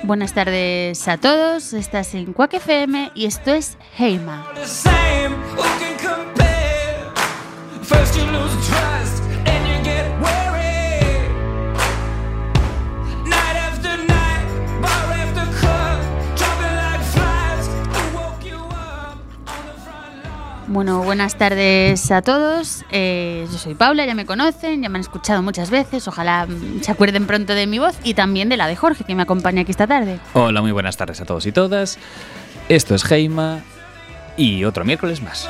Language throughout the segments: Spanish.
Buenas tardes a todos, estás en Quack FM y esto es Heima. Bueno, buenas tardes a todos. Yo soy Paula, ya me conocen, ya me han escuchado muchas veces. Ojalá se acuerden pronto de mi voz y también de la de Jorge, que me acompaña aquí esta tarde. Hola, muy buenas tardes a todos y todas. Esto es Heima y otro miércoles más.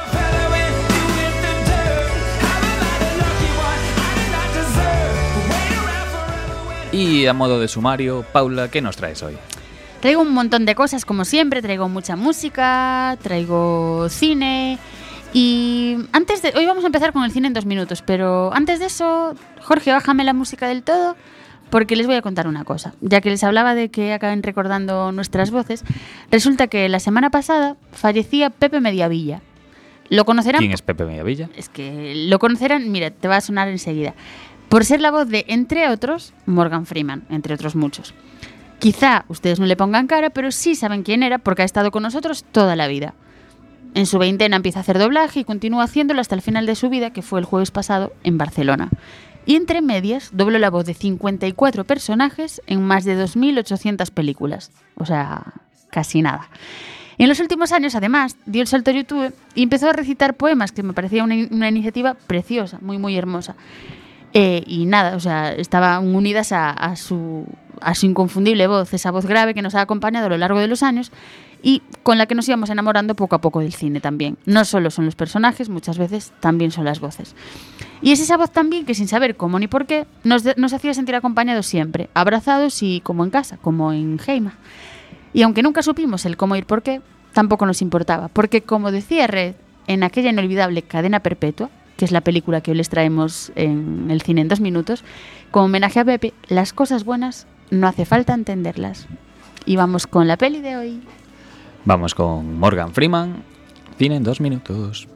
Y a modo de sumario, Paula, ¿qué nos traes hoy? Traigo un montón de cosas, como siempre. Traigo mucha música, traigo cine. Y hoy vamos a empezar con el cine en 2 minutos, pero antes de eso, Jorge, bájame la música del todo, porque les voy a contar una cosa. Ya que les hablaba de que acaben recordando nuestras voces, resulta que la semana pasada fallecía Pepe Mediavilla. ¿Lo conocerán? ¿Quién es Pepe Mediavilla? Es que lo conocerán, mira, te va a sonar enseguida. Por ser la voz de, entre otros, Morgan Freeman, entre otros muchos. Quizá ustedes no le pongan cara, pero sí saben quién era porque ha estado con nosotros toda la vida. En su veintena empieza a hacer doblaje y continúa haciéndolo hasta el final de su vida, que fue el jueves pasado en Barcelona. Y entre medias dobló la voz de 54 personajes en más de 2.800 películas. O sea, casi nada. Y en los últimos años, además, dio el salto a YouTube y empezó a recitar poemas, que me parecía una iniciativa preciosa, muy, muy hermosa. Y nada, o sea, estaban unidas a su inconfundible voz, esa voz grave que nos ha acompañado a lo largo de los años y con la que nos íbamos enamorando poco a poco del cine también. No solo son los personajes, muchas veces también son las voces. Y es esa voz también que, sin saber cómo ni por qué, nos hacía sentir acompañados siempre, abrazados y como en casa, como en Heima. Y aunque nunca supimos el cómo y por qué, tampoco nos importaba, porque como decía Red en aquella inolvidable Cadena Perpetua, que es la película que hoy les traemos en el cine en 2 minutos, como homenaje a Pepe, las cosas buenas no hace falta entenderlas. Y vamos con la peli de hoy. Vamos con Morgan Freeman, cine en 2 minutos.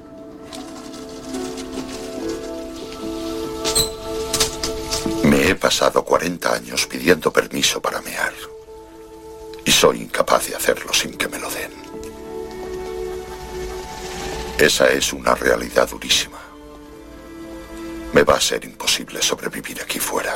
Me he pasado 40 años pidiendo permiso para mear. Y soy incapaz de hacerlo sin que me lo den. Esa es una realidad durísima. Me va a ser imposible sobrevivir aquí fuera.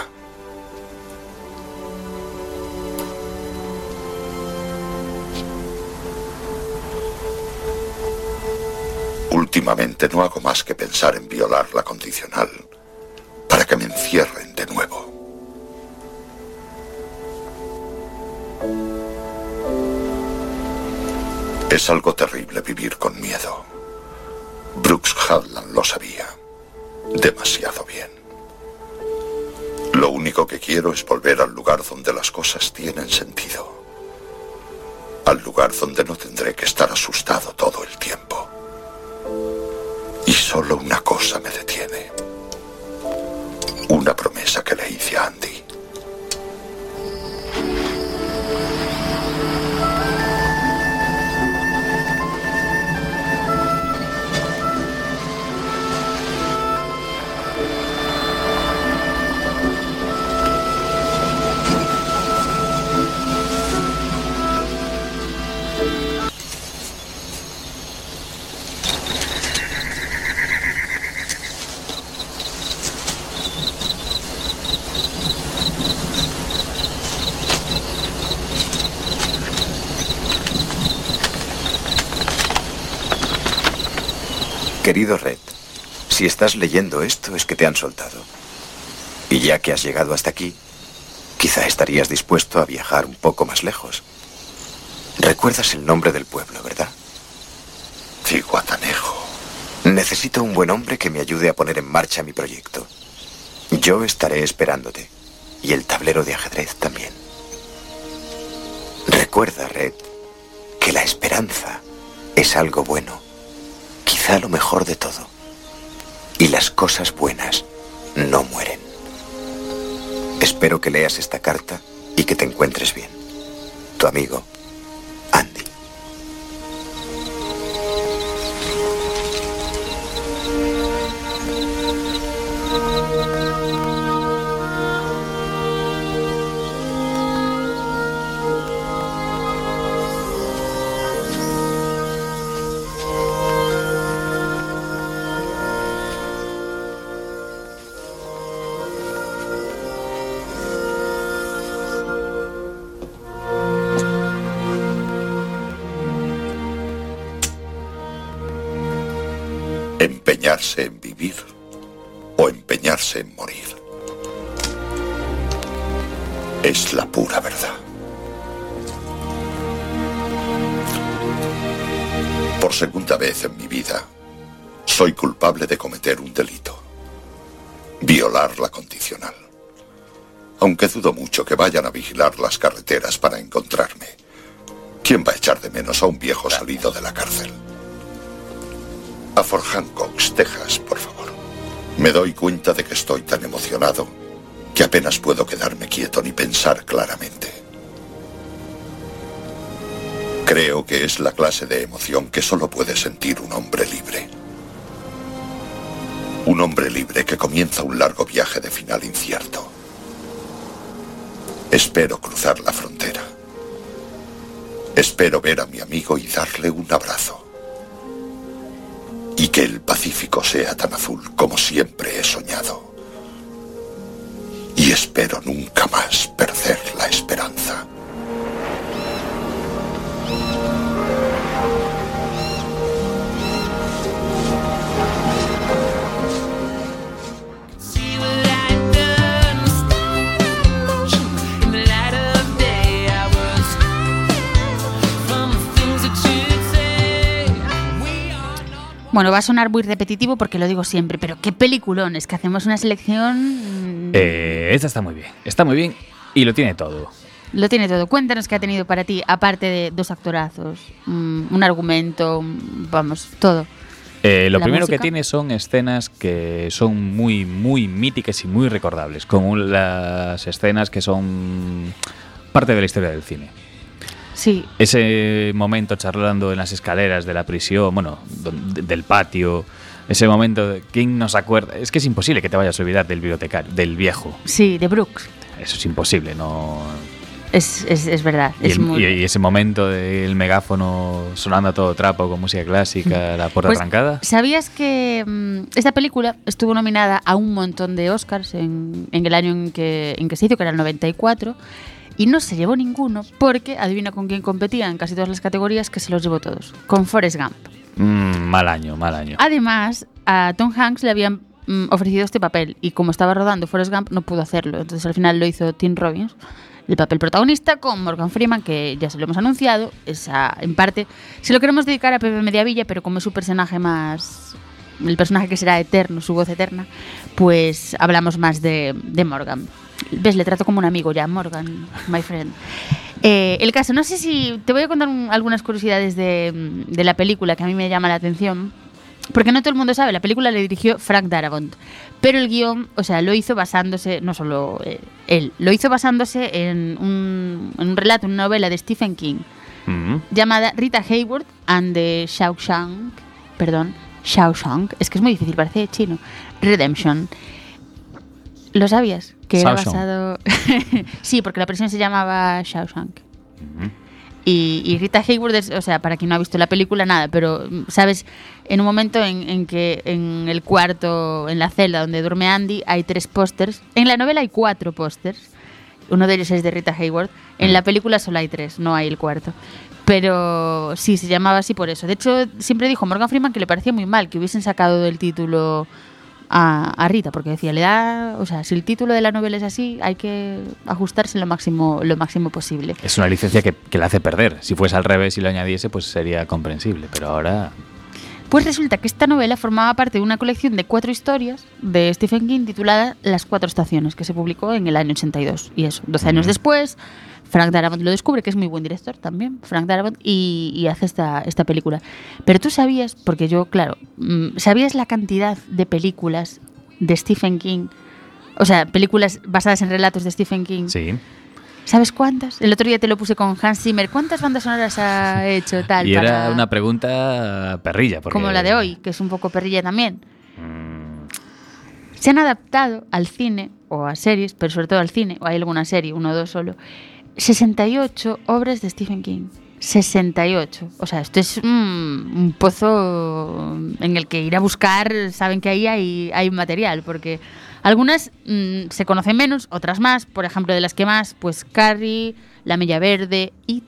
Últimamente no hago más que pensar en violar la condicional para que me encierren de nuevo. Es algo terrible vivir con miedo. Brooks Hadland lo sabía. Demasiado bien. Lo único que quiero es volver al lugar donde las cosas tienen sentido. Al lugar donde no tendré que estar asustado todo el tiempo. Y solo una cosa me detiene. Una promesa que le hice a Andy. Querido Red, si estás leyendo esto es que te han soltado. Y ya que has llegado hasta aquí, quizá estarías dispuesto a viajar un poco más lejos. Recuerdas el nombre del pueblo, ¿verdad? Zihuatanejo. Necesito un buen hombre que me ayude a poner en marcha mi proyecto. Yo estaré esperándote. Y el tablero de ajedrez también. Recuerda, Red, que la esperanza es algo bueno. Quizá lo mejor de todo. Y las cosas buenas no mueren. Espero que leas esta carta y que te encuentres bien. Tu amigo, Andy. empeñarse en vivir o empeñarse en morir. Es la pura verdad. Por segunda vez en mi vida, soy culpable de cometer un delito. Violar la condicional. Aunque dudo mucho que vayan a vigilar las carreteras para encontrarme. ¿Quién va a echar de menos a un viejo salido de la cárcel? A Fort Hancock, Texas, por favor. Me doy cuenta de que estoy tan emocionado que apenas puedo quedarme quieto ni pensar claramente. Creo que es la clase de emoción que solo puede sentir un hombre libre. Un hombre libre que comienza un largo viaje de final incierto. Espero cruzar la frontera. Espero ver a mi amigo y darle un abrazo. Y que el Pacífico sea tan azul como siempre he soñado. Y espero nunca más perder la esperanza. Bueno, va a sonar muy repetitivo porque lo digo siempre, pero qué peliculón, es que hacemos una selección... Esta está muy bien y lo tiene todo. Lo tiene todo. Cuéntanos qué ha tenido para ti, aparte de dos actorazos, un argumento, vamos, todo. Lo primero música. que tiene son escenas que son muy, muy míticas y muy recordables, como las escenas que son parte de la historia del cine. Sí. Ese momento charlando en las escaleras de la prisión, bueno, del patio, ese momento, de ¿quién nos acuerda? Es que es imposible que te vayas a olvidar del bibliotecario, del viejo. Sí, de Brooks. Eso es imposible, no... Es verdad. Y ese momento del megáfono sonando a todo trapo con música clásica, la puerta trancada. ¿Sabías que esta película estuvo nominada a un montón de Oscars en el año en que se hizo, que era el 94? Y no se llevó ninguno porque, adivina con quién competía en casi todas las categorías, que se los llevó todos. Con Forrest Gump. Mal año. Además, a Tom Hanks le habían ofrecido este papel y como estaba rodando Forrest Gump no pudo hacerlo. Entonces al final lo hizo Tim Robbins, el papel protagonista, con Morgan Freeman, que ya se lo hemos anunciado. En parte se lo queremos dedicar a Pepe Mediavilla, pero como es su personaje más... el personaje que será eterno, su voz eterna, pues hablamos más de Morgan. ¿Ves? Le trato como un amigo ya, Morgan, my friend. El caso, no sé si... Te voy a contar algunas curiosidades de la película que a mí me llama la atención, porque no todo el mundo sabe, la película le dirigió Frank Darabont, pero el guión, o sea, lo hizo basándose, no solo él, lo hizo basándose en un relato, una novela de Stephen King, llamada Rita Hayworth and the Shawshank, es que es muy difícil, parece chino, Redemption. ¿Lo sabías? Que era basado... Sí, porque la prisión se llamaba Shawshank. Y Rita Hayworth, o sea, para quien no ha visto la película, nada, pero, ¿sabes? En un momento en que en el cuarto, en la celda donde duerme Andy, hay 3 pósters. En la novela hay 4 pósters. Uno de ellos es de Rita Hayworth. En la película solo hay 3, no hay el cuarto. Pero sí, se llamaba así por eso. De hecho, siempre dijo Morgan Freeman que le parecía muy mal que hubiesen sacado del título a Rita, porque decía, o sea, si el título de la novela es así, hay que ajustarse lo máximo posible. Es una licencia que la hace perder. Si fuese al revés y lo añadiese, pues sería comprensible, pero ahora... Pues resulta que esta novela formaba parte de una colección de 4 historias de Stephen King titulada Las 4 estaciones, que se publicó en el año 82. Y eso, 12 años después, Frank Darabont lo descubre, que es muy buen director también, Frank Darabont, y hace esta película. Pero tú sabías, porque yo, claro, ¿sabías la cantidad de películas de Stephen King? O sea, películas basadas en relatos de Stephen King. Sí. ¿Sabes cuántas? El otro día te lo puse con Hans Zimmer. ¿Cuántas bandas sonoras ha hecho tal? Y era una pregunta perrilla. Porque... Como la de hoy, que es un poco perrilla también. Se han adaptado al cine o a series, pero sobre todo al cine, o hay alguna serie, 1 o 2 solo, 68 obras de Stephen King. 68. O sea, esto es un pozo en el que ir a buscar, saben que ahí hay material, porque algunas se conocen menos, otras más. Por ejemplo, de las que más, pues Carrie, La Milla Verde, It,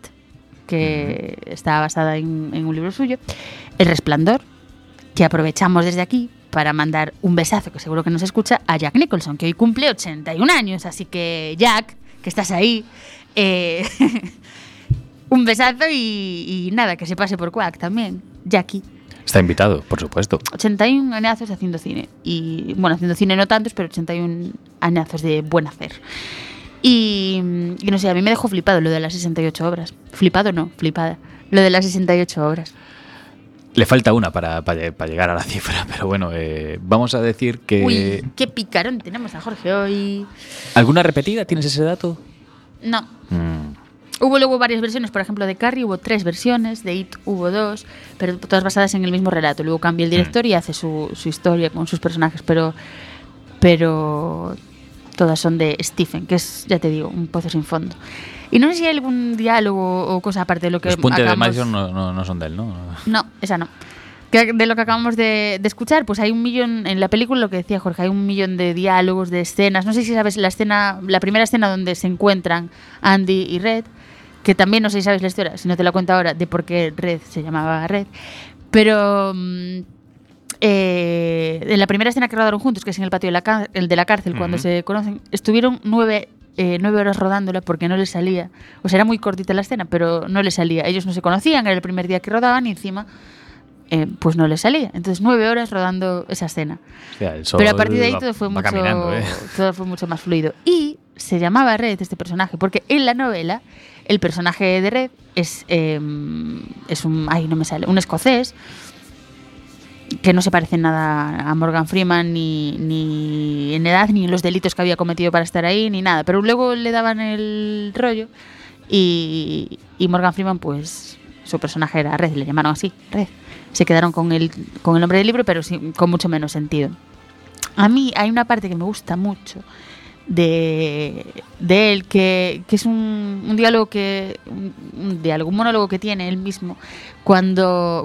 que está basada en un libro suyo, El Resplandor, que aprovechamos desde aquí para mandar un besazo, que seguro que nos escucha, a Jack Nicholson, que hoy cumple 81 años. Así que, Jack, que estás ahí, un besazo y nada, que se pase por Quack también, Jackie. Está invitado, por supuesto. 81 añazos haciendo cine. Y bueno, haciendo cine no tantos, pero 81 añazos de buen hacer. Y no sé, a mí me dejó flipado lo de las 68 obras. Flipado no, flipada. Lo de las 68 obras. Le falta una para llegar a la cifra, pero bueno, vamos a decir que... Uy, qué picarón tenemos a Jorge hoy. ¿Alguna repetida? ¿Tienes ese dato? No. Hubo luego varias versiones, por ejemplo, de Carrie hubo 3 versiones, de It hubo 2, pero todas basadas en el mismo relato. Luego cambia el director y hace su historia con sus personajes, pero todas son de Stephen, que es, ya te digo, un pozo sin fondo. Y no sé si hay algún diálogo o cosa aparte de lo que Los puentes acabamos... de Madison no son de él, ¿no? No, esa no. De lo que acabamos de escuchar, pues hay 1 millón, en la película, lo que decía Jorge, hay 1 millón de diálogos, de escenas. No sé si sabes la primera escena donde se encuentran Andy y Red, que también no sé si sabes la historia, si no te la cuento ahora, de por qué Red se llamaba Red. Pero en la primera escena que rodaron juntos, que es en el patio de la cárcel, cuando se conocen, estuvieron 9 horas rodándola porque no les salía. O sea, era muy cortita la escena, pero no les salía. Ellos no se conocían, era el primer día que rodaban y encima... pues no le salía. Entonces 9 horas rodando esa escena. O sea, el sol pero a partir de ahí todo fue mucho más fluido. Y se llamaba Red este personaje porque en la novela el personaje de Red es un escocés que no se parece en nada a Morgan Freeman ni en edad ni en los delitos que había cometido para estar ahí ni nada. Pero luego le daban el rollo y Morgan Freeman, pues su personaje era Red, le llamaron así, Red. Se quedaron con el nombre del libro, pero sí, con mucho menos sentido. A mí hay una parte que me gusta mucho de él, que es un diálogo un monólogo que tiene él mismo cuando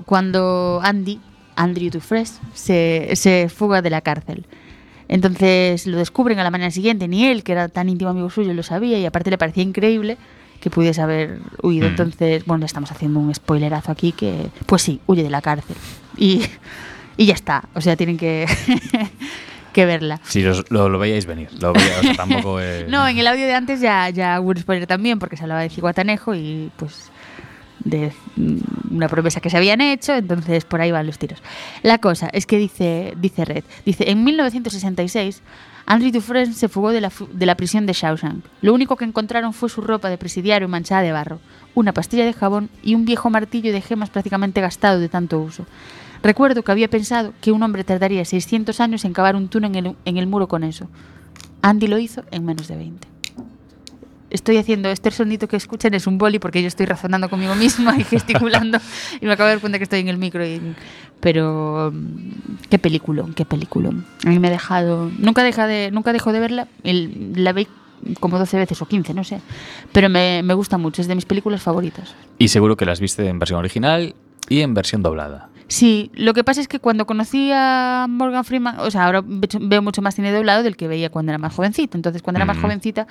Andrew Dufresne se fuga de la cárcel. Entonces lo descubren a la mañana siguiente, ni él, que era tan íntimo amigo suyo, lo sabía, y aparte le parecía increíble que pudiese haber huido. Entonces, bueno, le estamos haciendo un spoilerazo aquí que, pues sí, huye de la cárcel. Y ya está. O sea, tienen que verla. Si lo veíais venir. O sea, tampoco... No, en el audio de antes ya hubo un spoiler también, porque se hablaba de Zihuatanejo y, pues, de una promesa que se habían hecho, entonces por ahí van los tiros. La cosa es que dice Red, en 1966... Andrew Dufresne se fugó de la prisión de Shawshank. Lo único que encontraron fue su ropa de presidiario manchada de barro, una pastilla de jabón y un viejo martillo de gemas prácticamente gastado de tanto uso. Recuerdo que había pensado que un hombre tardaría 600 años en cavar un túnel en el muro con eso. Andy lo hizo en menos de 20. Estoy haciendo este sonido que escuchan es un boli porque yo estoy razonando conmigo misma y gesticulando y me acabo de dar cuenta que estoy en el micro. Pero qué peliculón. A mí me ha dejado... Nunca dejo de verla. La veí como 12 veces o 15, no sé. Pero me gusta mucho, es de mis películas favoritas. Y seguro que las viste en versión original y en versión doblada. Sí, lo que pasa es que cuando conocí a Morgan Freeman, o sea, ahora veo mucho más cine doblado del que veía cuando era más jovencita. Entonces, cuando era más jovencita,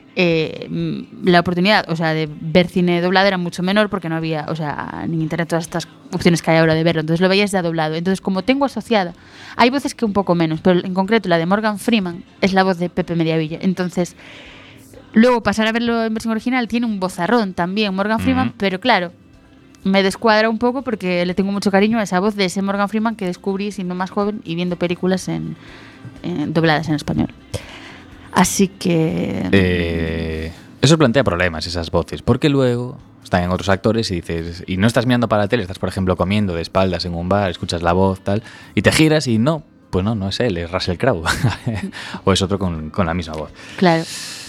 la oportunidad, o sea, de ver cine doblado era mucho menor porque no había, o sea, ni en internet todas estas opciones que hay ahora de verlo. Entonces lo veías ya doblado. Entonces, como tengo asociada, hay voces que un poco menos, pero en concreto la de Morgan Freeman es la voz de Pepe Mediavilla. Entonces, luego pasar a verlo en versión original tiene un vozarrón también Morgan Freeman, pero claro, me descuadra un poco porque le tengo mucho cariño a esa voz de ese Morgan Freeman que descubrí siendo más joven y viendo películas dobladas en español. Así que... eso plantea problemas, esas voces, porque luego están en otros actores y dices, y no estás mirando para la tele, estás por ejemplo comiendo de espaldas en un bar, escuchas la voz, tal, y te giras y no, pues no es él, es Russell Crowe. O es otro con la misma voz. Claro.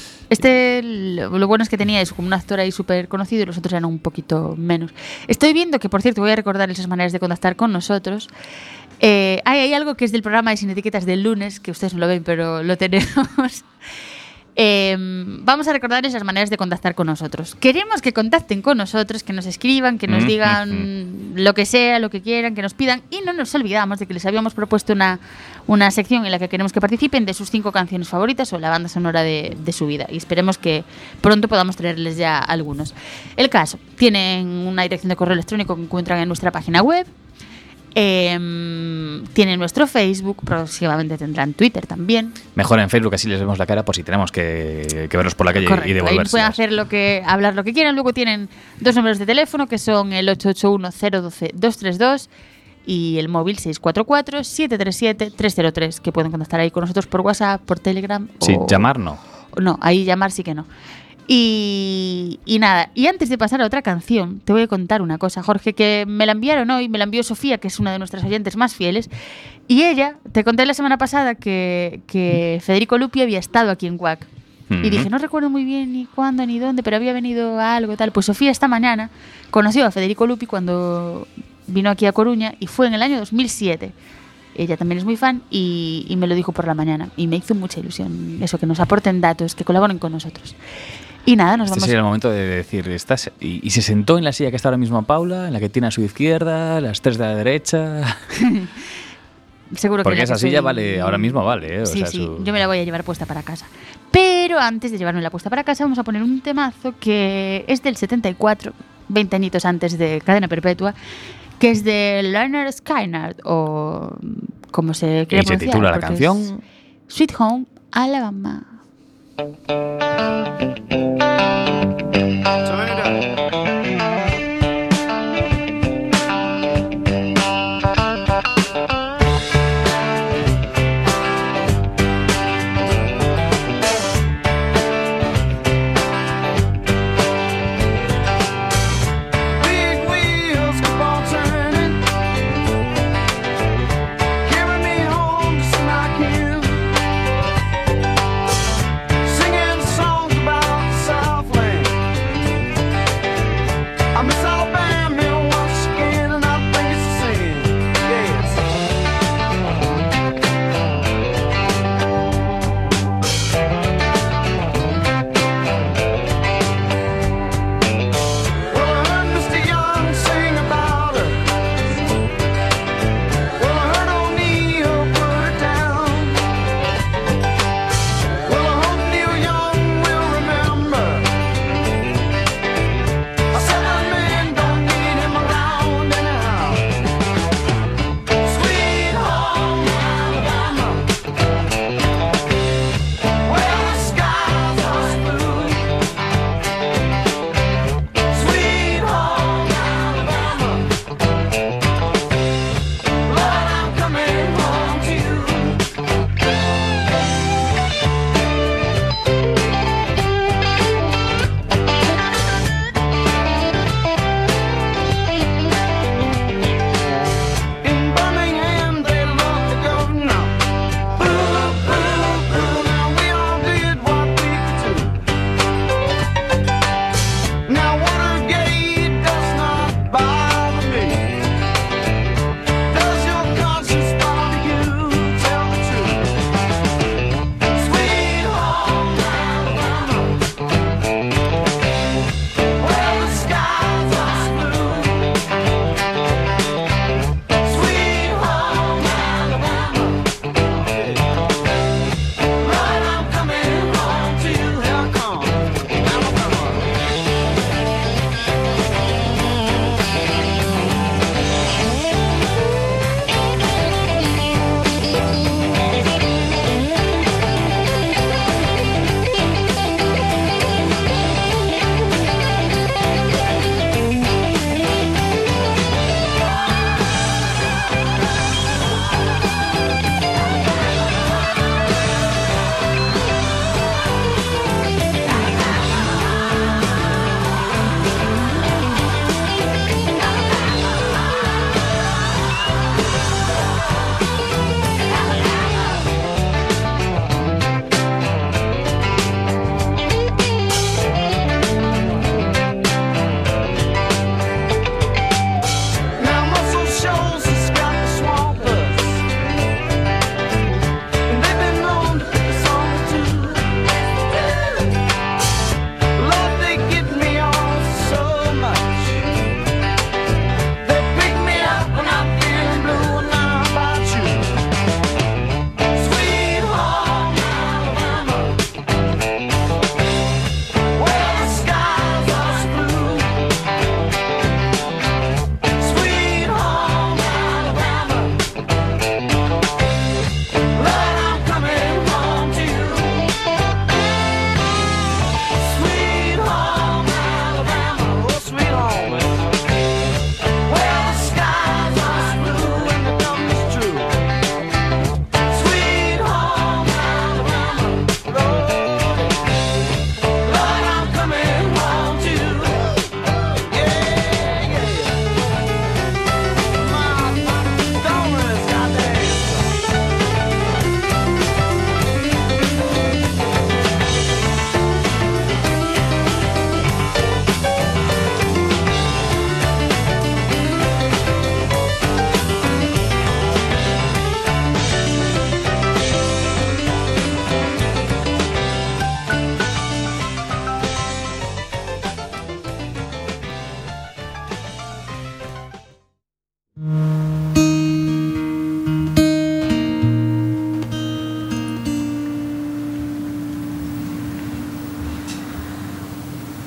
Lo bueno es que tenía eso como un actor ahí súper conocido y los otros eran un poquito menos. Estoy viendo que, por cierto, voy a recordar esas maneras de contactar con nosotros. Hay algo que es del programa de Sin Etiquetas del lunes, que ustedes no lo ven, pero lo tenemos. Vamos a recordar esas maneras de contactar con nosotros. Queremos que contacten con nosotros, que nos escriban, que nos digan lo que sea, lo que quieran, que nos pidan. Y no nos olvidamos de que les habíamos propuesto una sección en la que queremos que participen de sus 5 canciones favoritas o la banda sonora de su vida. Y esperemos que pronto podamos traerles ya algunos. El caso, tienen una dirección de correo electrónico que encuentran en nuestra página web. Tienen nuestro Facebook, próximamente tendrán Twitter también. Mejor en Facebook, así les vemos la cara por si tenemos que verlos por la calle. Correcto, y devolverse. ahí pueden hacer hablar lo que quieran. Luego tienen 2 números de teléfono que son el 881-012-232 y el móvil 644-737-303, que pueden contactar ahí con nosotros por WhatsApp, por Telegram. Sí, llamar no. No, ahí llamar sí que no. Y nada, y antes de pasar a otra canción, te voy a contar una cosa, Jorge, que me la enviaron hoy, me la envió Sofía, que es una de nuestras oyentes más fieles, y ella, te conté la semana pasada que Federico Lupi había estado aquí en WAC. Y dije, no recuerdo muy bien ni cuándo ni dónde, pero había venido a algo tal. Pues Sofía esta mañana conoció a Federico Lupi cuando vino aquí a Coruña y fue en el año 2007. Ella también es muy fan y me lo dijo por la mañana. Y me hizo mucha ilusión eso, que nos aporten datos, que colaboren con nosotros. Y nada, nos vamos. Sería el momento de decir, ¿estás? Y se sentó en la silla que está ahora mismo Paula, en la que tiene a su izquierda, las 3 de la derecha. Seguro que porque esa silla vale, ahora mismo vale, ¿eh? Sí, o sea, yo me la voy a llevar puesta para casa. Pero antes de llevarme la puesta para casa, vamos a poner un temazo que es del 74, 20 añitos antes de Cadena Perpetua, que es de Leonard Skinner, o como se quiere pronunciar. ¿Y se titula la canción? Sweet Home Alabama.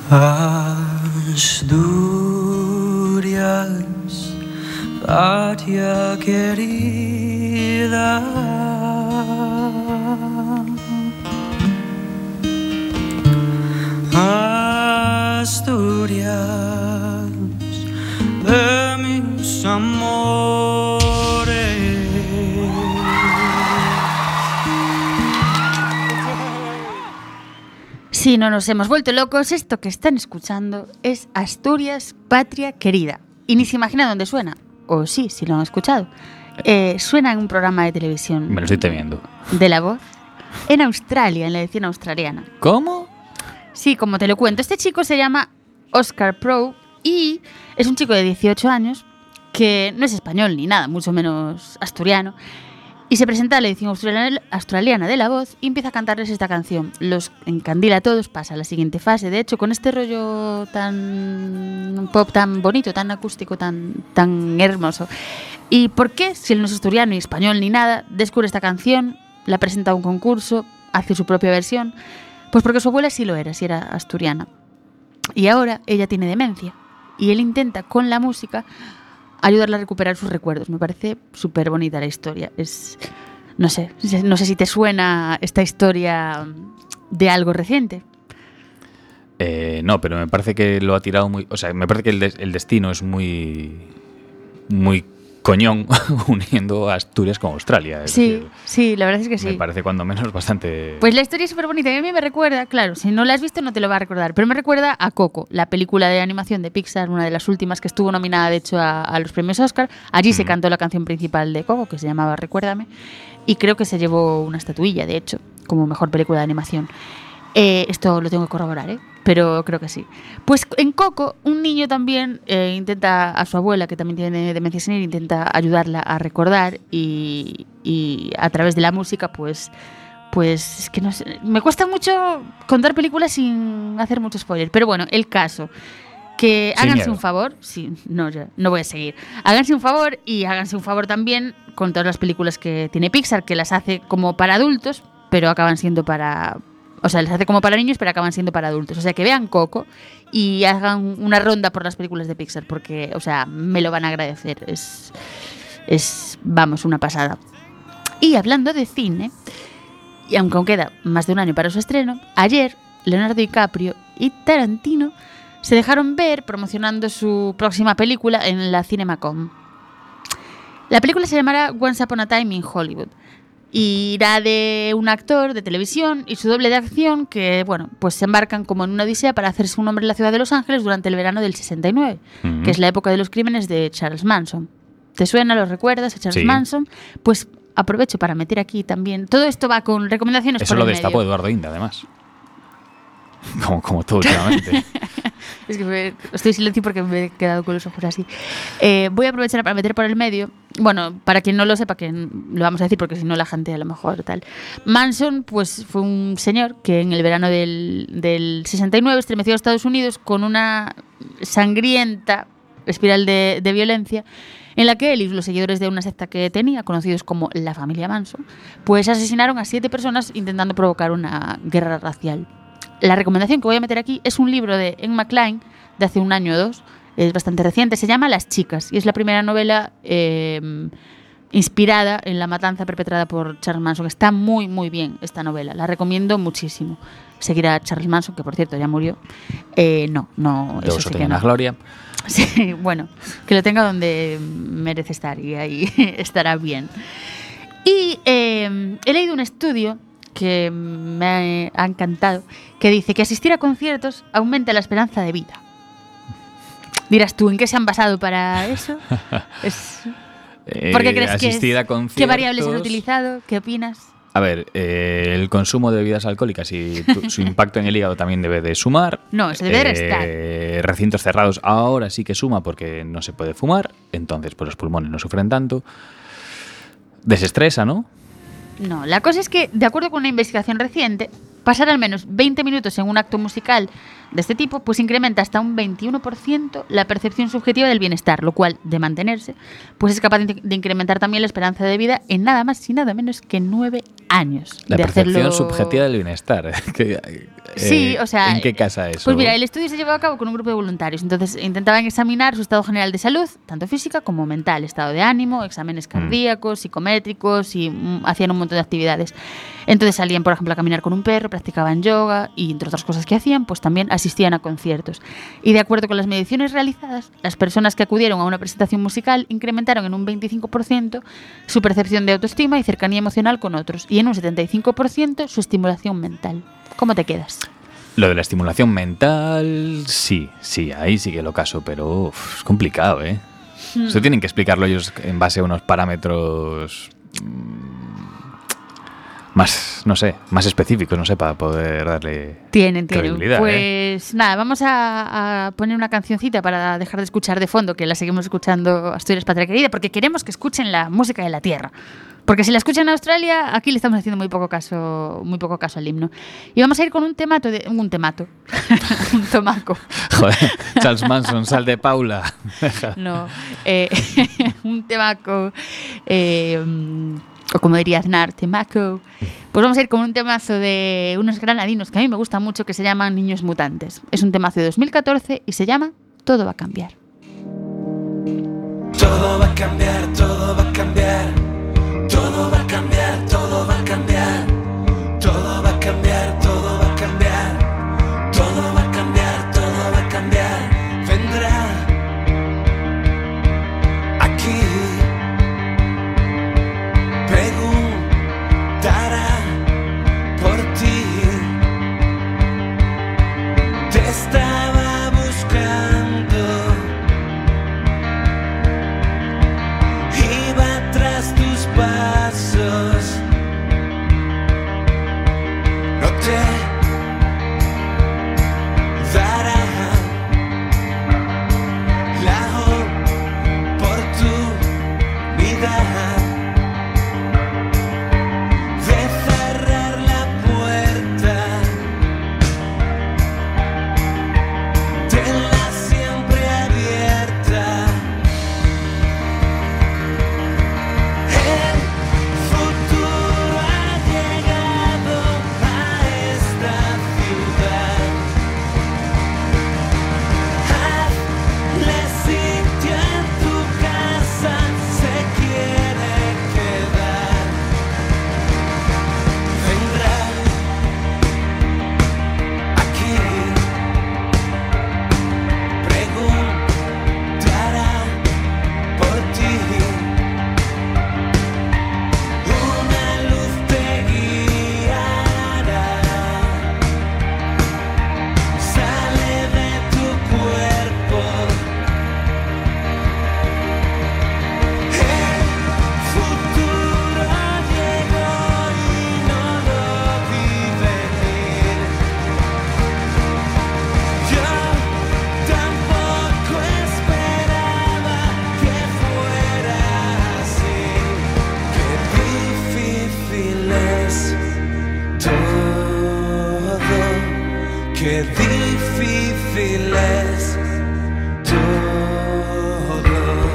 Asturias, patria querida, Asturias de mis amores. Si no nos hemos vuelto locos, esto que están escuchando es Asturias, patria querida. Y ni se imagina dónde suena. O sí, si lo han escuchado. Suena en un programa de televisión. Me lo estoy temiendo. De La Voz. En Australia, en la edición australiana. ¿Cómo? Sí, como te lo cuento. Este chico se llama Oscar Proulx y es un chico de 18 años que no es español ni nada, mucho menos asturiano. Y se presenta a la edición australiana de La Voz y empieza a cantarles esta canción. Los encandila a todos, pasa a la siguiente fase. De hecho, con este rollo tan pop, tan bonito, tan acústico, tan hermoso. ¿Y por qué? Si él no es asturiano ni español ni nada, descubre esta canción, la presenta a un concurso, hace su propia versión. Pues porque su abuela sí lo era, sí era asturiana. Y ahora ella tiene demencia. Y él intenta, con la música, ayudarla a recuperar sus recuerdos. Me parece súper bonita la historia. No sé si te suena esta historia de algo reciente. No, pero me parece que lo ha tirado muy... O sea, me parece que el destino es muy coñón uniendo a Asturias con Australia. Sí, la verdad es que sí. Me parece cuando menos bastante... Pues la historia es súper bonita y a mí me recuerda, claro, si no la has visto no te lo va a recordar, pero me recuerda a Coco, la película de animación de Pixar, una de las últimas que estuvo nominada de hecho a los premios Oscar. Allí se cantó la canción principal de Coco, que se llamaba Recuérdame, y creo que se llevó una estatuilla, de hecho, como mejor película de animación. Esto lo tengo que corroborar, pero creo que sí. Pues en Coco, un niño también intenta, a su abuela, que también tiene demencia senil, intenta ayudarla a recordar y a través de la música, pues es que no sé, me cuesta mucho contar películas sin hacer mucho spoiler. Pero bueno, el caso, que háganse un favor, no voy a seguir. Háganse un favor y háganse un favor también con todas las películas que tiene Pixar, que las hace como para adultos, pero acaban siendo para... O sea, les hace como para niños, pero acaban siendo para adultos. O sea, que vean Coco y hagan una ronda por las películas de Pixar, porque, o sea, me lo van a agradecer. Es vamos, una pasada. Y hablando de cine, y aunque aún queda más de un año para su estreno, ayer Leonardo DiCaprio y Tarantino se dejaron ver promocionando su próxima película en la CinemaCon. La película se llamará Once Upon a Time in Hollywood. Y irá de un actor de televisión y su doble de acción que, bueno, pues se embarcan como en una odisea para hacerse un nombre en la ciudad de Los Ángeles durante el verano del 69, que es la época de los crímenes de Charles Manson. ¿Te suena? ¿Lo recuerdas a Charles Manson? Pues aprovecho para meter aquí también. Todo esto va con recomendaciones Eso por el lo destapó medio. Eduardo Inda, además. Como todo últimamente. Es que estoy en silencio porque me he quedado con los ojos así. Voy a aprovechar para meter por el medio. Bueno, para quien no lo sepa, que lo vamos a decir porque si no la gente a lo mejor tal. Manson, pues fue un señor que en el verano del 69 estremeció a Estados Unidos con una sangrienta espiral de violencia en la que él y los seguidores de una secta que tenía, conocidos como la familia Manson, pues asesinaron a 7 personas intentando provocar una guerra racial. La recomendación que voy a meter aquí es un libro de Emma Cline de hace un año o dos, es bastante reciente, se llama Las chicas y es la primera novela inspirada en la matanza perpetrada por Charles Manson. Está muy muy bien esta novela, la recomiendo muchísimo. Seguir a Charles Manson, que por cierto ya murió. No, eso sí que no. La gloria. Sí, bueno, que lo tenga donde merece estar y ahí estará bien. Y he leído un estudio que me ha encantado, que dice que asistir a conciertos aumenta la esperanza de vida. Dirás tú, ¿en qué se han basado para eso? ¿Por qué crees que es? ¿Qué variables han utilizado? ¿Qué opinas? A ver, el consumo de bebidas alcohólicas y su impacto en el hígado también debe de sumar. No, se debe restar. Recintos cerrados ahora sí que suma porque no se puede fumar, entonces pues los pulmones no sufren tanto. Desestresa, ¿no? No, la cosa es que, de acuerdo con una investigación reciente, pasar al menos 20 minutos en un acto musical de este tipo, pues incrementa hasta un 21% la percepción subjetiva del bienestar, lo cual, de mantenerse, pues es capaz de incrementar también la esperanza de vida en nada más y nada menos que 9 años. La de percepción hacerlo... subjetiva del bienestar. Sí, o sea... ¿En qué casa eso? Pues mira, el estudio se llevó a cabo con un grupo de voluntarios. Entonces intentaban examinar su estado general de salud, tanto física como mental, estado de ánimo, exámenes cardíacos, psicométricos y hacían un montón de actividades. Entonces salían, por ejemplo, a caminar con un perro, practicaban yoga y, entre otras cosas que hacían, pues también asistían a conciertos. Y de acuerdo con las mediciones realizadas, las personas que acudieron a una presentación musical incrementaron en un 25% su percepción de autoestima y cercanía emocional con otros y en un 75% su estimulación mental. ¿Cómo te quedas? Lo de la estimulación mental, sí, ahí sí que lo caso, pero es complicado, ¿eh? Eso tienen que explicarlo ellos en base a unos parámetros más, no sé, más específicos, no sé, para poder darle credibilidad. Pues nada, vamos a poner una cancioncita para dejar de escuchar de fondo, que la seguimos escuchando Asturias Patria Querida, porque queremos que escuchen la música de la tierra. Porque si la escuchan en Australia, aquí le estamos haciendo muy poco caso al himno. Y vamos a ir con un tomaco. Joder, Charles Manson, sal de Paula. No, un temaco, o como diría Aznar, temaco. Pues vamos a ir con un temazo de unos granadinos que a mí me gusta mucho, que se llaman Niños Mutantes. Es un temazo de 2014 y se llama Todo va a cambiar. Todo va a cambiar, todo va a cambiar. Todo va a cambiar, todo va a cambiar. Todo va a cambiar, todo va a cambiar. Todo va a cambiar, todo va a cambiar. Vendrá aquí, preguntará por ti. Te estaba buscando, iba tras tus pasos. No te dará la oportunidad de cerrar la puerta. Tenla siempre abierta. El futuro ha llegado a esta ciudad. Hazle sitio en tu casa, se quiere quedar. Vendrá aquí, preguntará por ti. Una luz te guiará, sale de tu cuerpo. El futuro llegó y no lo vi venir. Yo tampoco esperaba que fuera así. Qué difícil es todo, qué difícil es todo.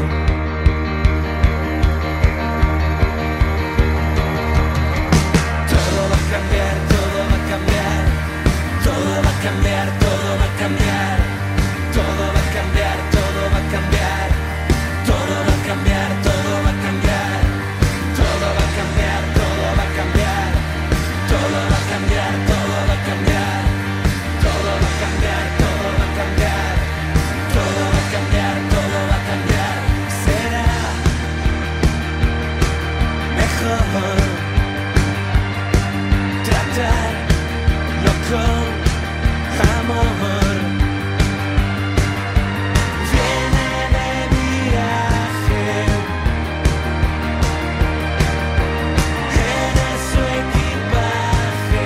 Todo va a cambiar, todo va a cambiar. Todo va a cambiar, todo va a cambiar. Todo va a cambiar, todo va a cambiar. Todo va a cambiar, todo va a cambiar. Todo va a cambiar, todo va a cambiar. Todo va a cambiar, todo va a cambiar. Todo va a cambiar, todo va a cambiar. Todo va a cambiar, todo va a cambiar. Será mejor tratarlo con amor. Viene de viaje, eres su equipaje.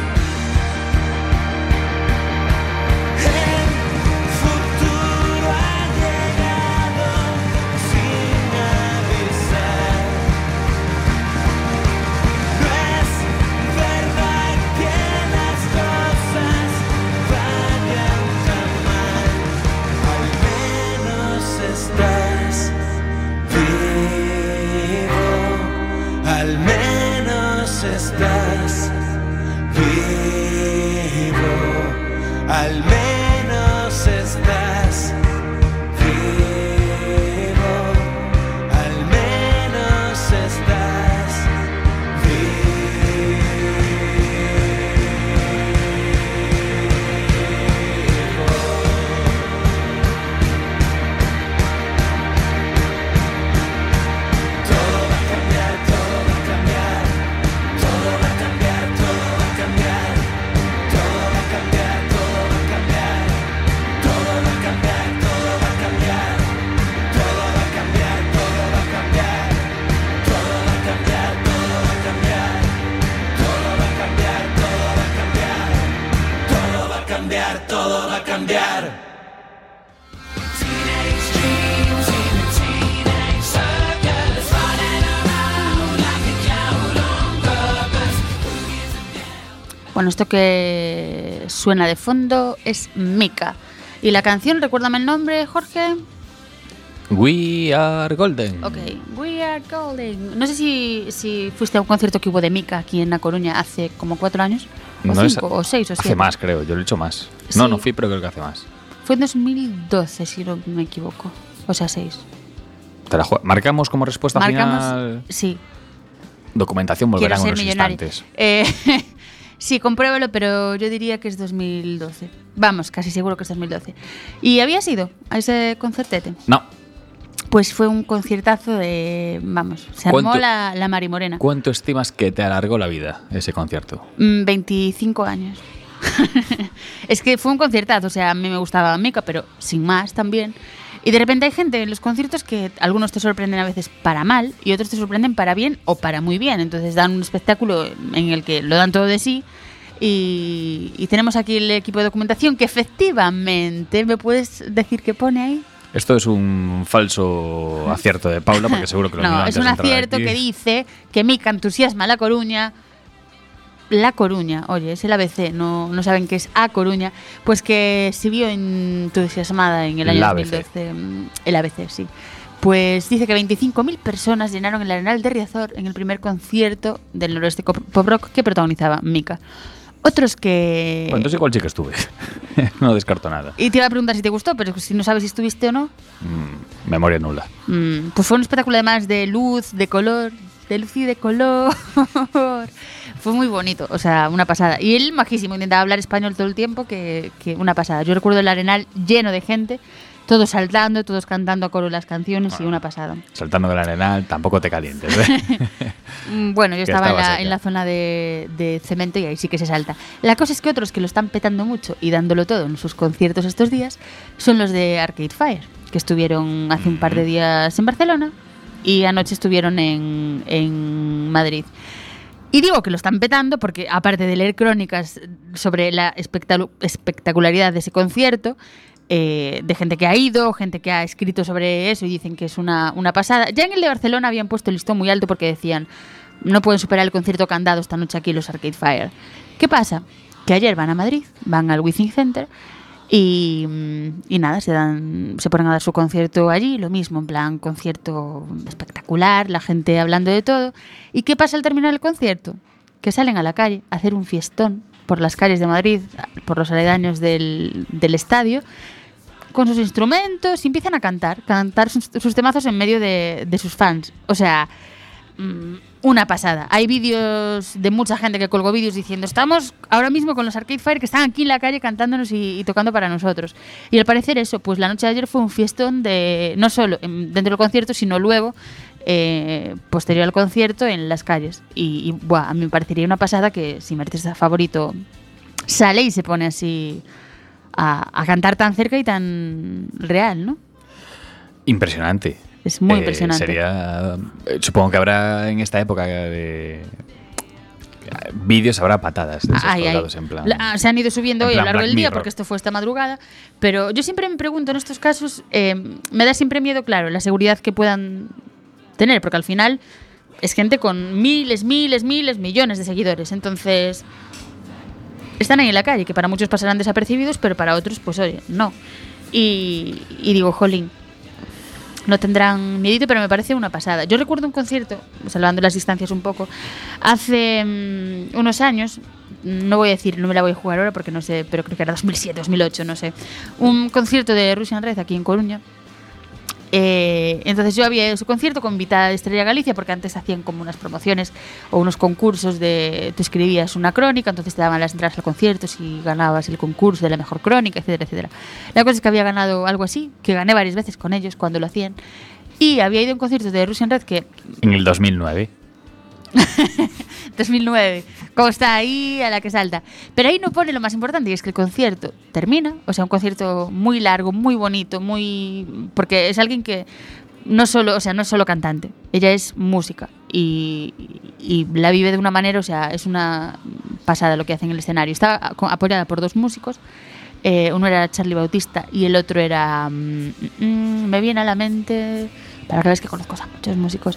El futuro ha llegado sin avisar. No es verdad al menos estás vivo, al menos estás vivo. Todo va a cambiar, todo va a cambiar, todo va a cambiar, todo va a cambiar, todo va a cambiar, todo va a cambiar, todo va a cambiar, todo va a cambiar, todo va a cambiar, todo va a cambiar, todo va a cambiar, todo va a cambiar, todo va a cambiar, todo va a cambiar, todo va a cambiar, todo va a cambiar. Teenage dreams in a teenage circus, running around like a clown on purpose. Bueno, esto que suena de fondo es Mika. Y la canción, recuérdame el nombre, Jorge. We Are Golden. Ok, We Are Golden. No sé si fuiste a un concierto que hubo de Mika aquí en La Coruña hace como 4 años. O No es- 5, o 6, o 7. Hace más, creo. Yo lo he hecho más. Sí. No fui, pero creo que hace más. Fue en 2012, si no me equivoco. O sea, 6. Marcamos como respuesta Marcamos. final. Sí, Documentación quiero volverá en ser unos millonario. instantes. Sí, compruébalo, pero yo diría que es 2012. Vamos, casi seguro que es 2012. ¿Y habías ido a ese concertete? No. Pues fue un conciertazo de... Vamos, se armó ¿Cuánto- la Marimorena. ¿Cuánto estimas que te alargó la vida ese concierto? 25 años. Es que fue un conciertazo, o sea, a mí me gustaba Mika, pero sin más también. Y de repente hay gente en los conciertos que algunos te sorprenden a veces para mal y otros te sorprenden para bien o para muy bien. Entonces dan un espectáculo en el que lo dan todo de sí. Y tenemos aquí el equipo de documentación que efectivamente, ¿me puedes decir qué pone ahí? Esto es un falso acierto de Paula, porque seguro que lo miró No, antes es un de entrar acierto aquí. que dice que Mika entusiasma a La Coruña. La Coruña, oye, es el ABC, no saben qué es A Coruña, pues que se vio entusiasmada en el año La ABC. 2012. El ABC, sí. Pues dice que 25.000 personas llenaron el Arenal de Riazor en el primer concierto del noroeste pop rock que protagonizaba Mika. Otros que... Bueno, entonces igual sí que estuve. No descarto nada. Y te iba a preguntar si te gustó, pero si no sabes si estuviste o no, Memoria nula. pues fue un espectáculo además de luz, de color, de luz y de color. Fue muy bonito, o sea, una pasada. Y él majísimo, intentaba hablar español todo el tiempo, que una pasada. Yo recuerdo el Arenal lleno de gente, todos saltando, todos cantando a coro las canciones y una pasada. Saltando del arenal, tampoco te calientes. ¿eh? Bueno, yo Que estaba estaba seca. en la zona de cemento y ahí sí que se salta. La cosa es que otros que lo están petando mucho y dándolo todo en sus conciertos estos días son los de Arcade Fire, que estuvieron hace un par de días en Barcelona y anoche estuvieron en Madrid. Y digo que lo están petando porque, aparte de leer crónicas sobre la espectacularidad de ese concierto, de gente que ha ido, gente que ha escrito sobre eso y dicen que es una pasada. Ya en el de Barcelona habían puesto el listón muy alto porque decían no pueden superar el concierto que han dado esta noche aquí los Arcade Fire. ¿Qué pasa? Que ayer van a Madrid, van al Withing Center y nada, se ponen a dar su concierto allí, lo mismo, en plan concierto espectacular, la gente hablando de todo. ¿Y qué pasa al terminar el concierto? Que salen a la calle a hacer un fiestón por las calles de Madrid, por los aledaños del estadio, con sus instrumentos y empiezan a cantar sus temazos en medio de sus fans. O sea, una pasada. Hay vídeos de mucha gente que colgó vídeos diciendo estamos ahora mismo con los Arcade Fire que están aquí en la calle cantándonos y tocando para nosotros. Y al parecer eso, pues la noche de ayer fue un fiestón de no solo dentro del concierto, sino luego posterior al concierto en las calles. Y buah, a mí me parecería una pasada que si mi artista favorito sale y se pone así a cantar tan cerca y tan real, ¿no? Impresionante. Es muy impresionante. Sería, supongo que habrá en esta época de vídeos, habrá patadas de esos colgados en plan. Se han ido subiendo en hoy a lo plan largo Black del día Mirror. porque esto fue esta madrugada, pero yo siempre me pregunto en estos casos, me da siempre miedo, claro, la seguridad que puedan tener, porque al final es gente con miles, millones de seguidores, entonces están ahí en la calle, que para muchos pasarán desapercibidos, pero para otros, pues oye, no. Y digo, jolín, no tendrán miedito, pero me parece una pasada. Yo recuerdo un concierto, salvando las distancias un poco, hace unos años, no voy a decir, no me la voy a jugar ahora porque no sé, pero creo que era 2007, 2008, no sé. Un concierto de Russian Red aquí en Coruña. Entonces yo había su concierto con invitada de Estrella Galicia, porque antes hacían como unas promociones o unos concursos de tú escribías una crónica, entonces te daban las entradas al concierto si ganabas el concurso de la mejor crónica, etcétera, etcétera. La cosa es que había ganado algo así, que gané varias veces con ellos cuando lo hacían, y había ido a un concierto de Russian Red que En el 2009. 2009, como está ahí a la que salta. Pero ahí no pone lo más importante, y es que el concierto termina, o sea, un concierto muy largo, muy bonito, porque es alguien que no solo, o sea, no es solo cantante, ella es música y la vive de una manera, o sea, es una pasada lo que hace en el escenario. Está apoyada por dos músicos. Uno era Charlie Bautista y el otro era me viene a la mente, para que veas que conozco a muchos músicos.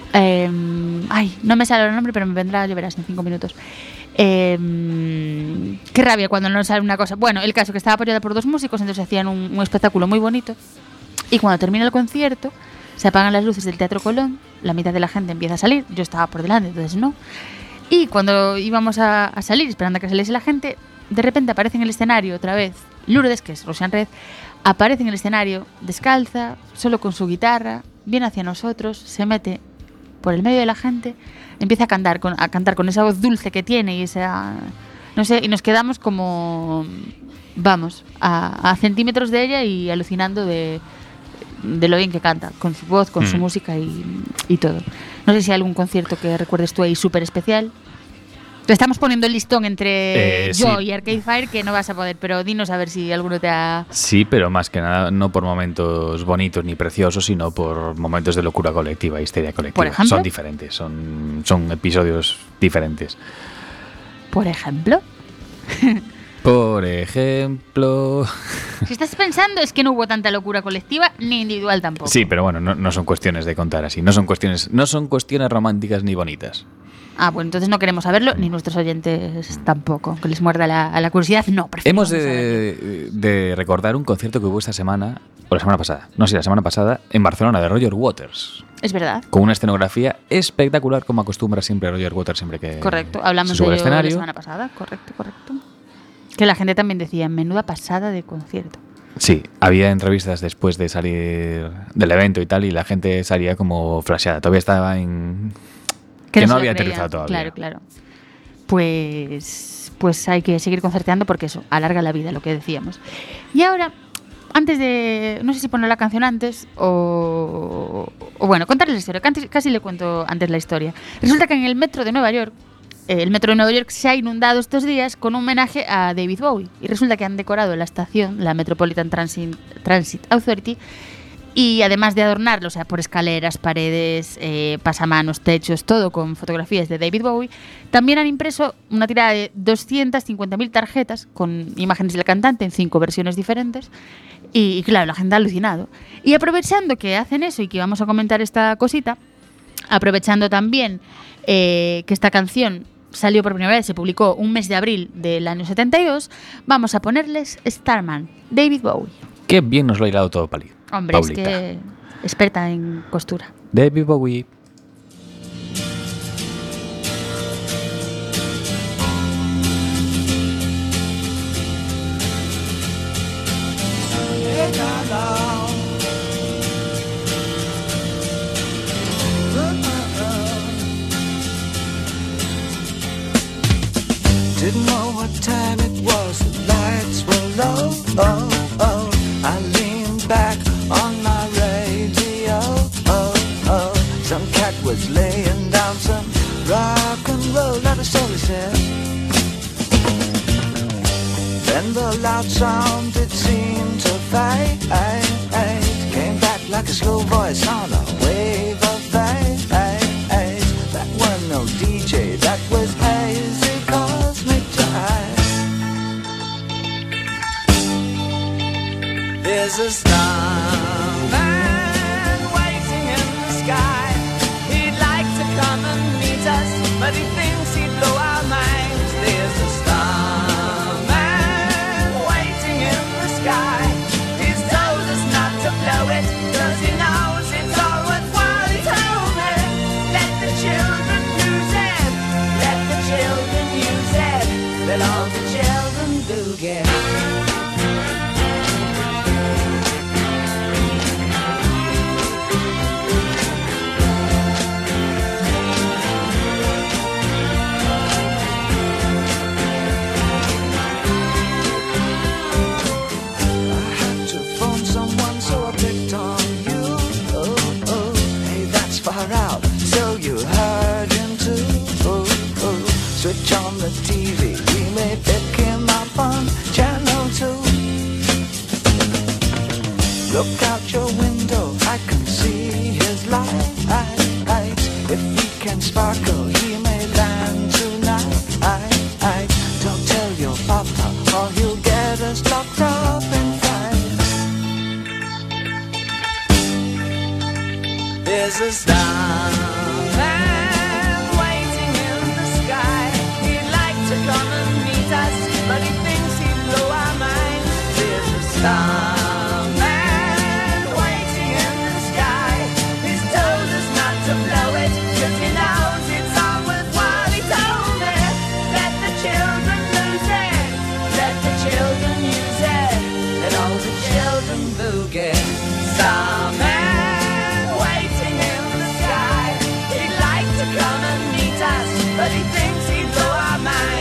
No me sale el nombre, pero me vendrá, ya verás, en 5 minutos. Qué rabia cuando no sale una cosa. Bueno, el caso que estaba apoyada por dos músicos, entonces hacían un espectáculo muy bonito. Y cuando termina el concierto, se apagan las luces del Teatro Colón, la mitad de la gente empieza a salir, yo estaba por delante, entonces no. Y cuando íbamos a salir, esperando a que saliese la gente, de repente aparece en el escenario otra vez Lourdes, que es Russian Red, aparece en el escenario descalza, solo con su guitarra, viene hacia nosotros, se mete por el medio de la gente, empieza a cantar con esa voz dulce que tiene y esa, no sé, y nos quedamos como, vamos, a centímetros de ella y alucinando de lo bien que canta, con su voz, con su música y todo. No sé si hay algún concierto que recuerdes tú ahí súper especial. Te estamos poniendo el listón entre yo sí. y Arcade Fire, que no vas a poder, pero dinos a ver si alguno te ha... Sí, pero más que nada no por momentos bonitos ni preciosos, sino por momentos de locura colectiva, histeria colectiva. ¿Por ejemplo? Son diferentes, son episodios diferentes. Por ejemplo... Por ejemplo... Si estás pensando es que no hubo tanta locura colectiva ni individual tampoco. Sí, pero bueno, no son cuestiones de contar así. No son cuestiones románticas ni bonitas. Ah, bueno, entonces no queremos saberlo, ni nuestros oyentes tampoco. Que les muerda la curiosidad, no, preferimos Hemos de recordar un concierto que hubo esta semana, o la semana pasada, no sé, la semana pasada, en Barcelona, de Roger Waters. Es verdad. Con una escenografía espectacular, como acostumbra siempre Roger Waters, siempre que Correcto, hablamos se sube de al ello escenario. la semana pasada, correcto. Que la gente también decía, menuda pasada de concierto. Sí, había entrevistas después de salir del evento y tal, y la gente salía como flasheada. Todavía estaba en... Que no se lo había creían. aterrizado todavía. Claro. Pues hay que seguir concerteando porque eso, alarga la vida, lo que decíamos. Y ahora, antes de... No sé si poner la canción antes o bueno, contarles la historia. Casi le cuento antes la historia. Resulta que en el metro de Nueva York, el metro de Nueva York se ha inundado estos días con un homenaje a David Bowie. Y resulta que han decorado la estación, la Metropolitan Transit Authority, y además de adornarlo, o sea, por escaleras, paredes, pasamanos, techos, todo con fotografías de David Bowie, también han impreso una tirada de 250.000 tarjetas con imágenes del cantante en 5 versiones diferentes. Y claro, la gente ha alucinado. Y aprovechando que hacen eso y que vamos a comentar esta cosita, aprovechando también que esta canción salió por primera vez, se publicó un mes de abril del año 72, vamos a ponerles Starman, David Bowie. Qué bien nos lo ha hilado todo, Hombre, Paulita. es que experta en costura. David Bowie. Didn't know what time it was, the lights were low. Oh, oh. I leaned back on my radio. Oh, oh. Some cat was laying down some rock and roll, not a soul he said. Then the loud sound, it seemed to fade. Came back like a slow voice on a wave of fade. That was no DJ, that was hazy cosmic jive. There's a starman waiting in the sky. He'd like to come and meet us, but he thinks he'd blow our minds. There's a starman waiting in the sky. He's told us not to blow it, 'cause he knows it's all worthwhile. He told me, let the children use it, let the children use it. boogie. Switch on the TV, we may pick him up on channel 2. Look out your window, I can see his light. If he can sparkle, he may land tonight. Don't tell your papa, or he'll get us locked up in fights. There's a star come and meet us, but he thinks he'd blow our minds. There's a starman waiting in the sky. He's told us not to blow it, 'cause he knows it's all worthwhile. He told me, let the children lose it, let the children use it, let all the children boogie. Starman waiting in the sky. He'd like to come and meet us, but he thinks he'd blow our minds.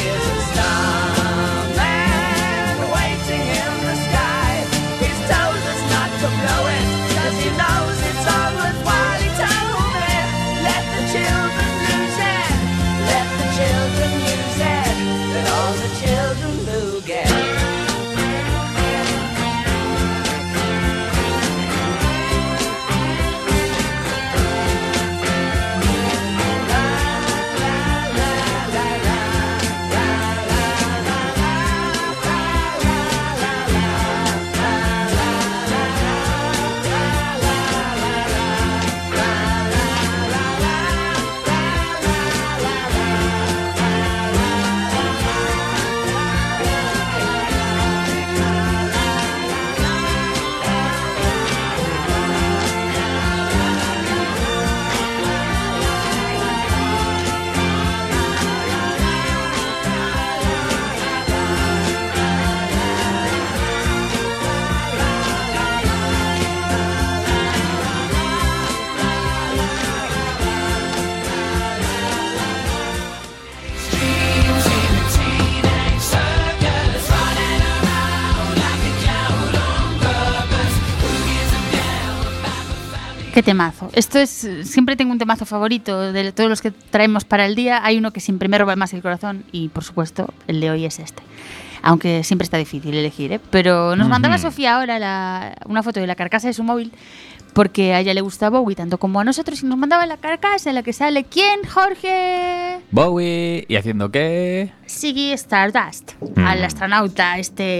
Qué temazo. Esto es, siempre tengo un temazo favorito de todos los que traemos para el día. Hay uno que siempre me roba más el corazón y, por supuesto, el de hoy es este. Aunque siempre está difícil elegir, ¿eh? Pero nos mandaba Sofía ahora una foto de la carcasa de su móvil porque a ella le gusta Bowie tanto como a nosotros y nos mandaba la carcasa en la que sale ¿quién, Jorge? Bowie. ¿Y haciendo qué? Ziggy Stardust, al astronauta,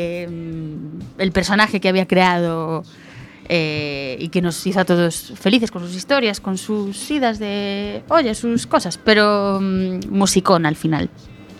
el personaje que había creado y que nos hizo a todos felices con sus historias, con sus idas de olla, sus cosas, pero musicón al final.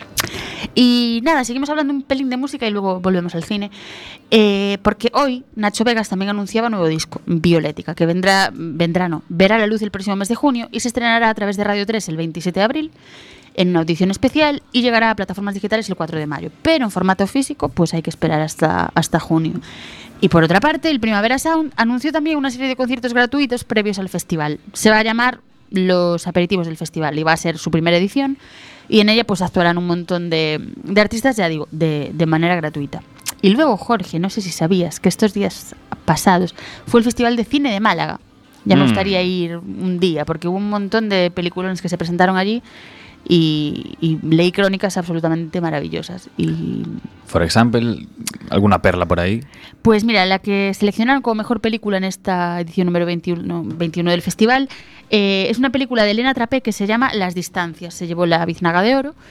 Y nada, seguimos hablando un pelín de música y luego volvemos al cine, porque hoy Nacho Vegas también anunciaba nuevo disco, Violética, que verá la luz el próximo mes de junio y se estrenará a través de Radio 3 el 27 de abril en una audición especial y llegará a plataformas digitales el 4 de mayo, pero en formato físico pues hay que esperar hasta junio. Y por otra parte, el Primavera Sound anunció también una serie de conciertos gratuitos previos al festival. Se va a llamar Los Aperitivos del Festival y va a ser su primera edición y en ella pues actuarán un montón de artistas, ya digo, de manera gratuita. Y luego, Jorge, no sé si sabías que estos días pasados fue el Festival de Cine de Málaga. Ya me gustaría ir un día porque hubo un montón de peliculones que se presentaron allí y leí crónicas absolutamente maravillosas. Y por ejemplo, ¿alguna perla por ahí? Pues mira, la que seleccionaron como mejor película en esta edición número 21 del festival es una película de Elena Trapé que se llama Las Distancias. Se llevó la Biznaga de Oro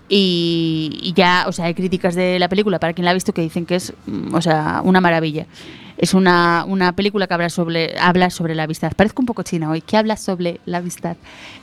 y ya, o sea, hay críticas de la película para quien la ha visto que dicen que es, o sea, una maravilla. Es una película que habla sobre la amistad. Parezco un poco china hoy, que habla sobre la amistad.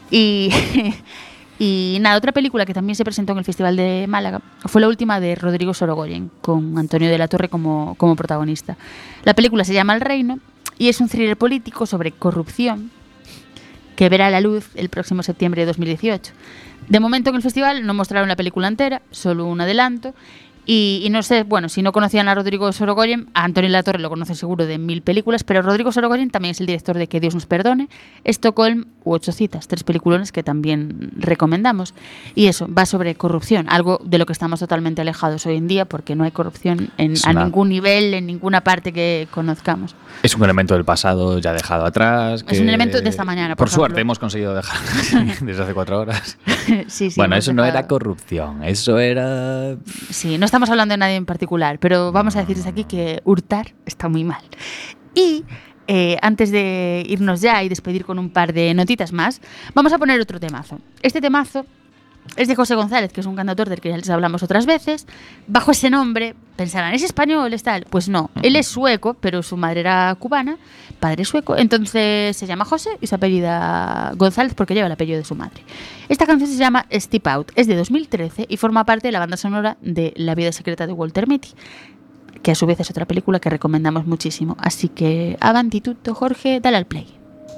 Y nada, otra película que también se presentó en el Festival de Málaga fue la última de Rodrigo Sorogoyen, con Antonio de la Torre como protagonista. La película se llama El Reino y es un thriller político sobre corrupción que verá la luz el próximo septiembre de 2018. De momento en el festival no mostraron la película entera, solo un adelanto, Y no sé, bueno, si no conocían a Rodrigo Sorogoyen, a Antonio Latorre lo conocen seguro de 1000 películas, pero Rodrigo Sorogoyen también es el director de Que Dios nos perdone, Estocolm u 8 citas, 3 peliculones que también recomendamos. Y eso, va sobre corrupción, algo de lo que estamos totalmente alejados hoy en día, porque no hay corrupción a ningún nivel, en ninguna parte que conozcamos. Es un elemento del pasado ya dejado atrás. Es un elemento de esta mañana, por suerte hemos conseguido dejar desde hace 4 horas. Sí, bueno, eso no era corrupción, eso era... Sí, no estamos hablando de nadie en particular, pero vamos a decir desde aquí que hurtar está muy mal. Y antes de irnos ya y despedir con un par de notitas más, vamos a poner otro temazo. Este temazo es de José González, que es un cantautor del que ya les hablamos otras veces. Bajo ese nombre pensarán, ¿es español? ¿Es tal? Pues no, él es sueco, pero su madre era cubana, padre sueco, entonces se llama José y se apellida González porque lleva el apellido de su madre. Esta canción se llama Step Out, es de 2013 y forma parte de la banda sonora de La vida secreta de Walter Mitty, que a su vez es otra película que recomendamos muchísimo. Así que avanti tutto, Jorge, dale al play.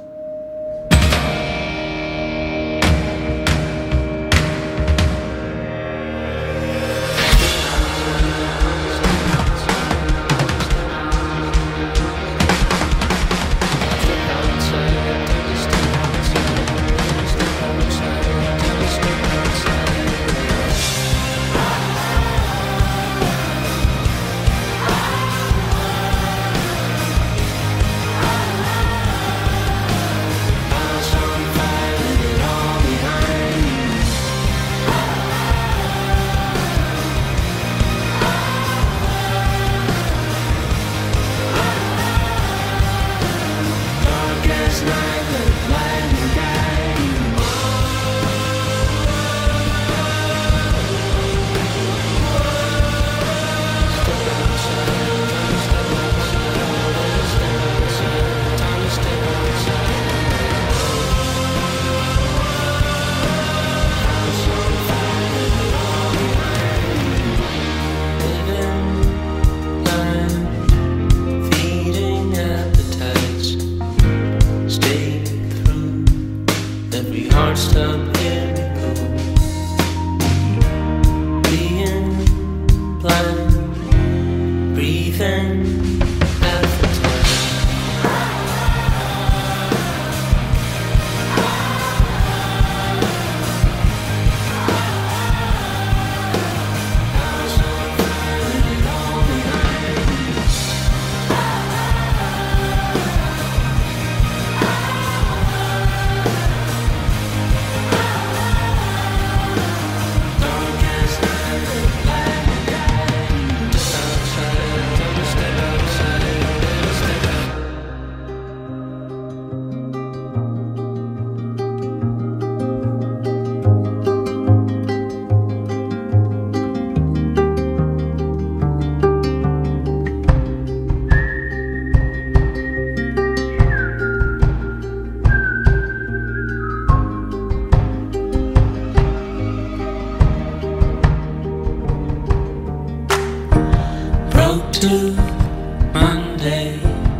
Monday,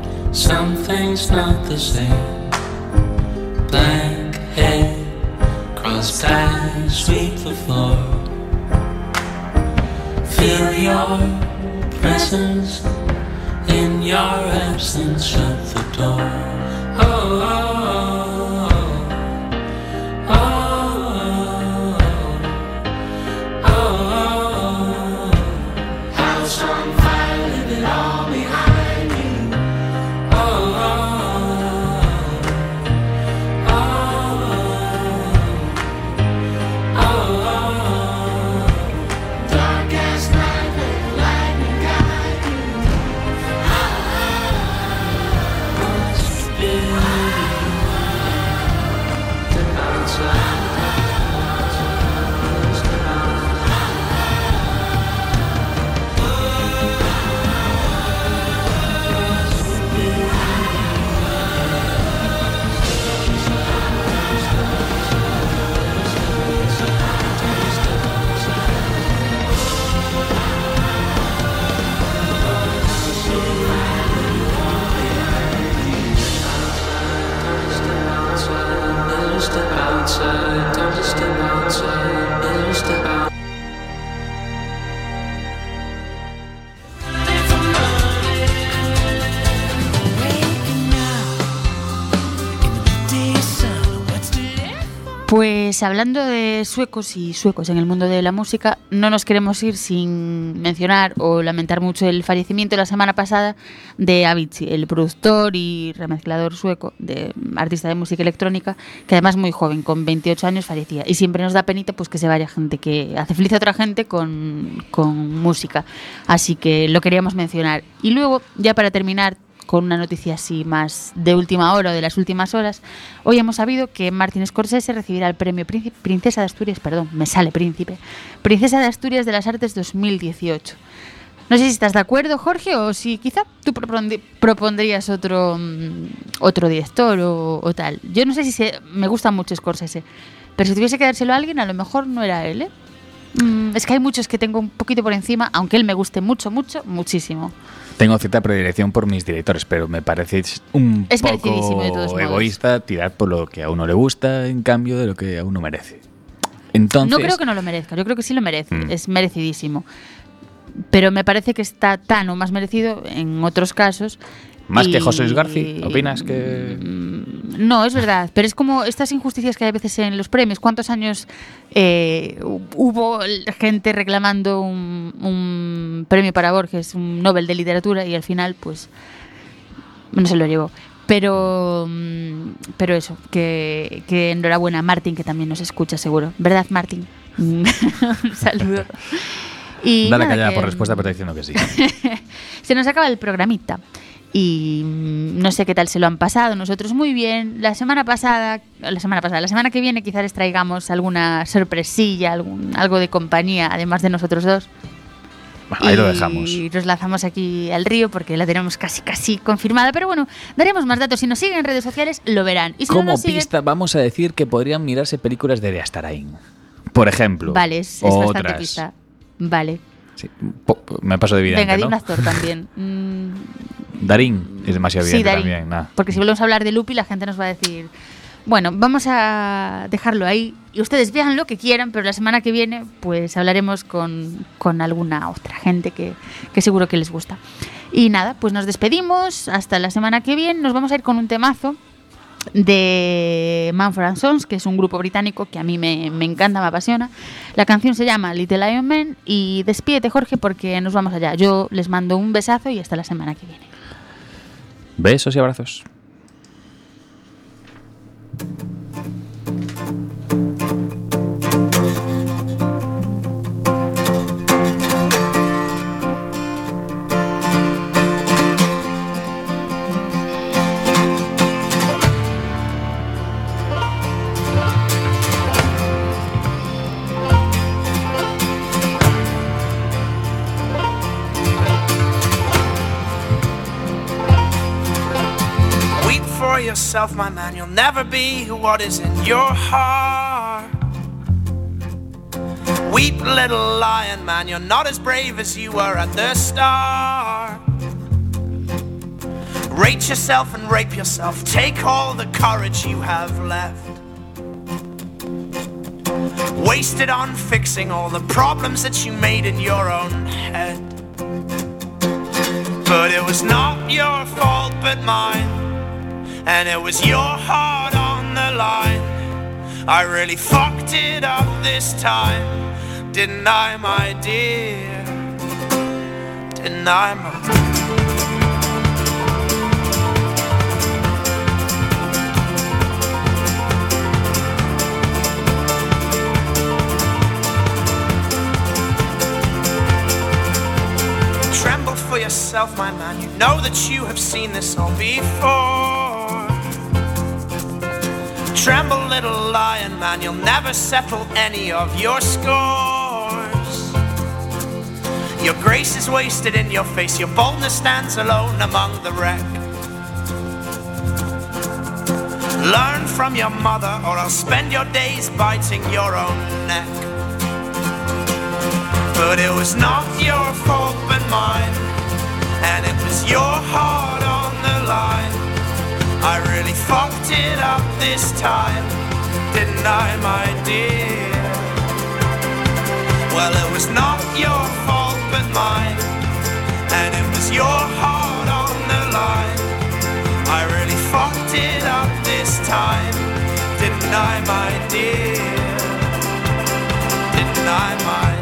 something's not the same. Black head, crossed eyes, sweep the floor. Feel your presence, in your absence, shut the door. Oh, oh, oh, oh, oh, oh, oh. House on fire, leave it all behind you. Oh, oh, oh, oh, oh. Dark as night, let lightning guide you. Oh, oh, oh. Pues hablando de suecos y suecos en el mundo de la música, no nos queremos ir sin mencionar o lamentar mucho el fallecimiento la semana pasada de Avicii, el productor y remezclador sueco, artista de música electrónica, que además muy joven, con 28 años fallecía. Y siempre nos da penita pues que se vaya gente que hace feliz a otra gente con música. Así que lo queríamos mencionar. Y luego, ya para terminar, con una noticia así más de última hora o de las últimas horas, hoy hemos sabido que Martin Scorsese recibirá el premio Princesa de Asturias, Princesa de Asturias de las Artes 2018. No sé si estás de acuerdo, Jorge, o si quizá tú propondrías otro director o tal. Yo no sé si me gusta mucho Scorsese, pero si tuviese que dárselo a alguien, a lo mejor no era él, ¿eh? Es que hay muchos que tengo un poquito por encima, aunque él me guste muchísimo. Tengo cierta predilección por mis directores, pero me parece un poco egoísta tirar por lo que a uno le gusta en cambio de lo que a uno merece. Entonces, no creo que no lo merezca, yo creo que sí lo merece, es merecidísimo. Pero me parece que está tan o más merecido en otros casos. ¿Más que José Luis García? ¿Opinas que...? No, es verdad, pero es como estas injusticias que hay a veces en los premios. ¿Cuántos años hubo gente reclamando un premio para Borges, un Nobel de literatura, y al final pues no se lo llevó? Pero eso, que enhorabuena a Martín, que también nos escucha seguro. ¿Verdad, Martín? Un saludo. Y dale callada por respuesta, pero está diciendo que sí. Se nos acaba el programita. Y no sé qué tal se lo han pasado. Nosotros muy bien. La semana que viene quizás les traigamos alguna sorpresilla, algo de compañía, además de nosotros dos. Bueno, ahí lo dejamos. Y nos lanzamos aquí al río porque la tenemos casi confirmada. Pero bueno, daremos más datos. Si nos siguen en redes sociales, lo verán. Y si como no nos pista, vamos a decir que podrían mirarse películas de Astarain, por ejemplo. Vale, es bastante pista. Vale. Sí, me paso de evidente. Venga, di un ¿no? actor también. Darín es demasiado evidente Darín, también. Nah. Porque si volvemos a hablar de Lupi, la gente nos va a decir... Bueno, vamos a dejarlo ahí. Y ustedes vean lo que quieran, pero la semana que viene pues hablaremos con alguna otra gente que seguro que les gusta. Y nada, pues nos despedimos. Hasta la semana que viene. Nos vamos a ir con un temazo de Mumford & Sons, que es un grupo británico que a mí me encanta, me apasiona. La canción se llama Little Lion Man. Y despídete, Jorge, porque nos vamos allá. Yo les mando un besazo y hasta la semana que viene. Besos y abrazos. Yourself, my man, you'll never be what is in your heart. Weep, little lion man, you're not as brave as you were at the start. Rate yourself and rape yourself, take all the courage you have left. Wasted on fixing all the problems that you made in your own head. But it was not your fault but mine, and it was your heart on the line. I really fucked it up this time, didn't I, my dear? Didn't I, my dear? Tremble for yourself, my man, you know that you have seen this all before. Tremble, little lion man, you'll never settle any of your scores. Your grace is wasted in your face, your boldness stands alone among the wreck. Learn from your mother, or I'll spend your days biting your own neck. But it was not your fault but mine, and it was your heart on the line. I really fucked it up this time, didn't I, my dear? Well, it was not your fault but mine, and it was your heart on the line. I really fucked it up this time, Didn't I, my dear? Didn't I, my